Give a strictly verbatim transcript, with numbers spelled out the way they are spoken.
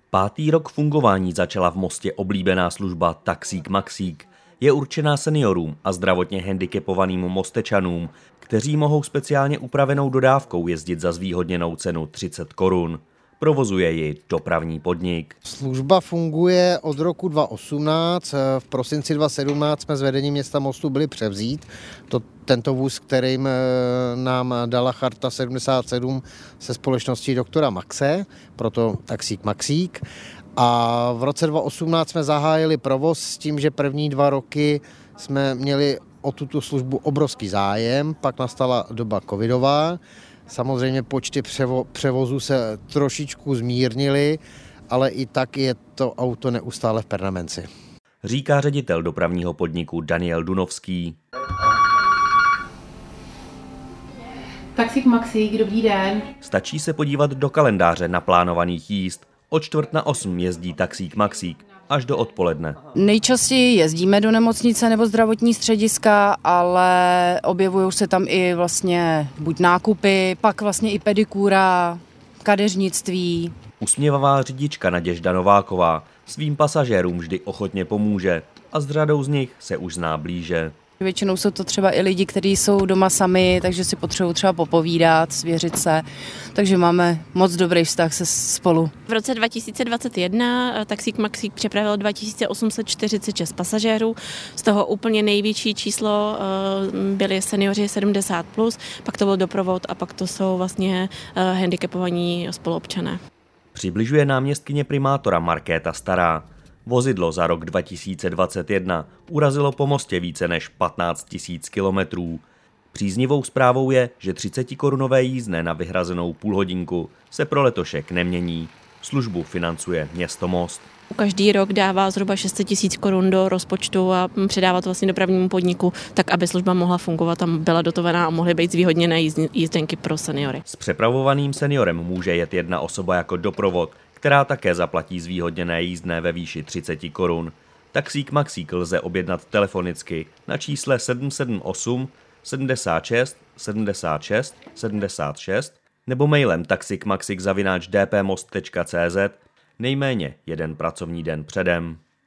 Pátý rok fungování začala v Mostě oblíbená služba Taxík Maxík. Je určená seniorům a zdravotně handicapovaným Mostečanům, kteří mohou speciálně upravenou dodávkou jezdit za zvýhodněnou cenu třicet korun. Provozuje ji dopravní podnik. Služba funguje od roku dva tisíce osmnáct. V prosinci dva tisíce sedmnáct jsme z vedení města Mostu byli převzít. To, tento vůz, kterým nám dala Charta sedmdesát sedm se společností doktora Maxe, proto Taxík Maxík. A v roce dva tisíce osmnáct jsme zahájili provoz s tím, že první dva roky jsme měli o tuto službu obrovský zájem, pak nastala doba covidová. Samozřejmě počty převo- převozů se trošičku zmírnily, ale i tak je to auto neustále v permanenci. Říká ředitel dopravního podniku Daniel Dunovský. Taxík Maxík, dobrý den. Stačí se podívat do kalendáře naplánovaných jízd. Od čtvrt na osm jezdí Taxík Maxík až do odpoledne. Nejčastěji jezdíme do nemocnice nebo zdravotní střediska, ale objevují se tam i vlastně buď nákupy, pak vlastně i pedikúra, kadeřnictví. Usměvavá řidička Naděžda Nováková svým pasažérům vždy ochotně pomůže a s řadou z nich se už zná blíže. Většinou jsou to třeba i lidi, kteří jsou doma sami, takže si potřebují třeba popovídat, svěřit se, takže máme moc dobrý vztah se spolu. V roce dva tisíce dvacet jedna Taxík Maxík přepravil dva tisíce osm set čtyřicet šest pasažérů, z toho úplně největší číslo byli seniori sedmdesát plus, pak to byl doprovod a pak to jsou vlastně handicapovaní spoluobčané. Přibližuje náměstkyně primátora Markéta Stará. Vozidlo za rok dva tisíce dvacet jedna urazilo po mostě více než patnáct tisíc kilometrů. Příznivou zprávou je, že třicetikorunové jízdné na vyhrazenou půlhodinku se pro letošek nemění. Službu financuje město Most. Každý rok dává zhruba šest set tisíc korun do rozpočtu a předává to vlastně dopravnímu podniku, tak aby služba mohla fungovat a byla dotovaná a mohly být zvýhodněné jízdenky pro seniory. S přepravovaným seniorem může jet jedna osoba jako doprovod, která také zaplatí zvýhodněné jízdné ve výši třicet korun. Taxík Maxík lze objednat telefonicky na čísle sedm sedm osm sedmdesát šest sedmdesát šest sedmdesát šest nebo mailem taxikmaxik zavináč dpmost tečka cz nejméně jeden pracovní den předem.